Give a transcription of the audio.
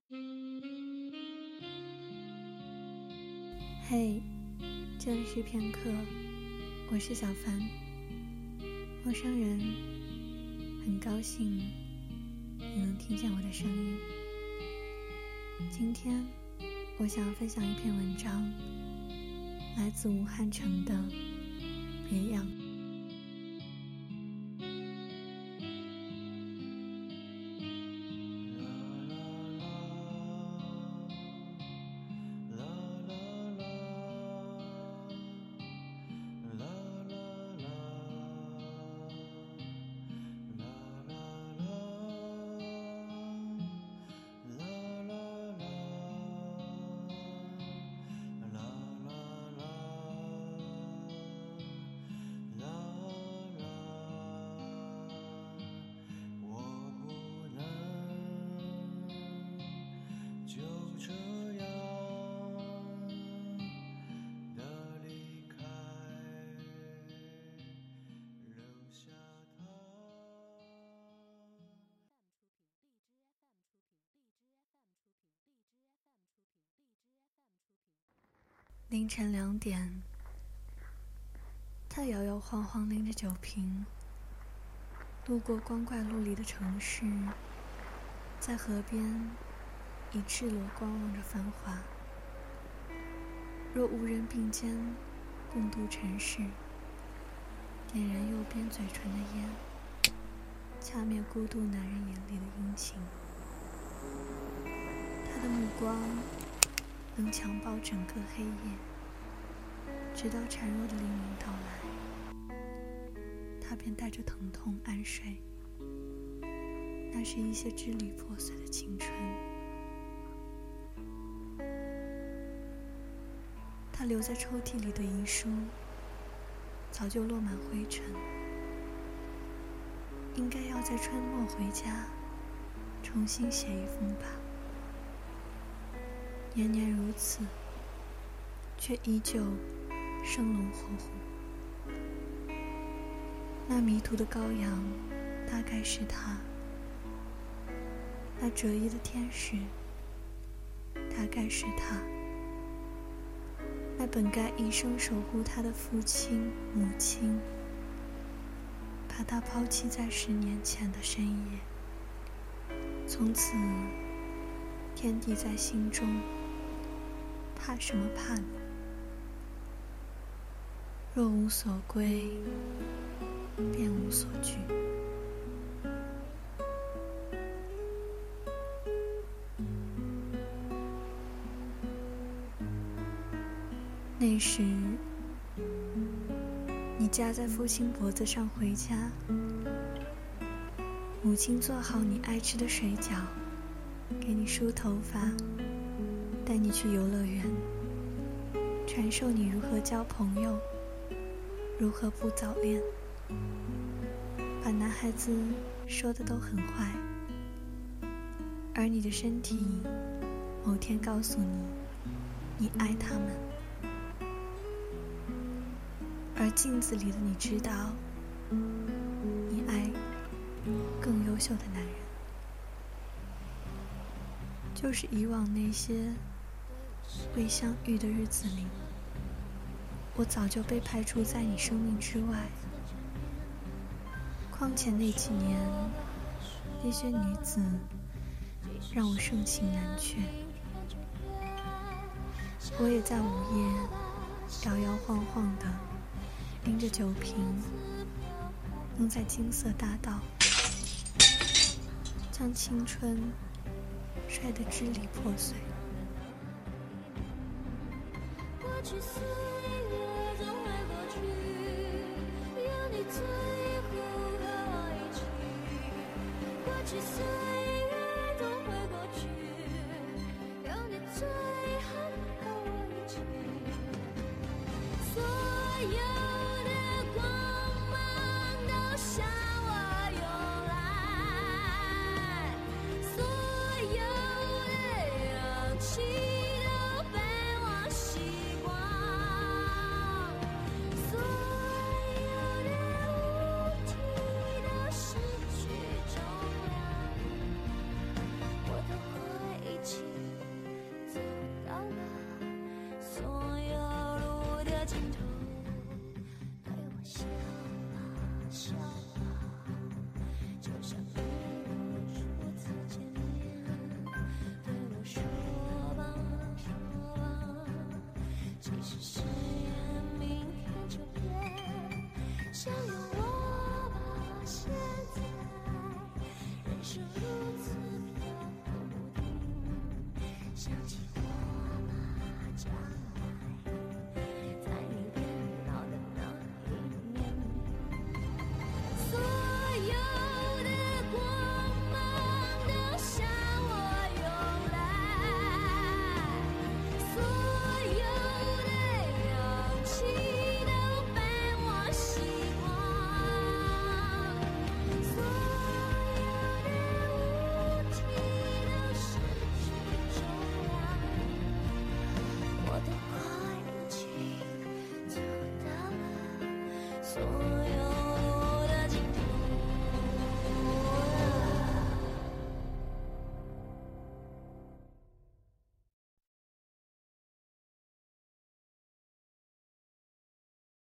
嘿，这里是片刻，我是小凡，陌生人，很高兴你能听见我的声音。今天我想要分享一篇文章，来自吴汉成的《别样》。凌晨2点，他摇摇晃晃拎着酒瓶，路过光怪陆离的城市，在河边以赤裸观望着繁华。若无人并肩共度尘世，点燃右边嘴唇的烟，掐灭孤独男人眼里的阴晴。他的目光能强暴整个黑夜，直到孱弱的黎明到来，他便带着疼痛安睡。那是一些支离破碎的青春。他留在抽屉里的遗书早就落满灰尘，应该要在春末回家重新写一封吧。年年如此，却依旧生龙活虎。那迷途的羔羊大概是他，那折翼的天使大概是他，那本该一生守护他的父亲母亲，把他抛弃在10年前的深夜。从此天地在心中，怕什么怕呢？若无所归，便无所惧。那时，你夹在父亲脖子上回家，母亲做好你爱吃的水饺，给你梳头发，带你去游乐园，传授你如何交朋友，如何不早恋，把男孩子说的都很坏，而你的身体某天告诉你，你爱他们，而镜子里的你知道，你爱更优秀的男人。就是以往那些未相遇的日子里，我早就被排除在你生命之外。况且那几年，那些女子让我盛情难却。我也在午夜摇摇晃晃的拎着酒瓶，能在金色大道将青春摔得支离破碎。 过去岁月总会过去，有你最后和我一起。过去岁月总会过去，有你最后和我一起。所有的光芒都向我涌来，所有的氧气都被我吸光，所有的物体都失去重量。 尽头，对我笑吧笑吧，就像没有初次见面。对我说吧说吧，其实誓言明天就变。相拥我吧，现在人生如此飘忽不定，想起。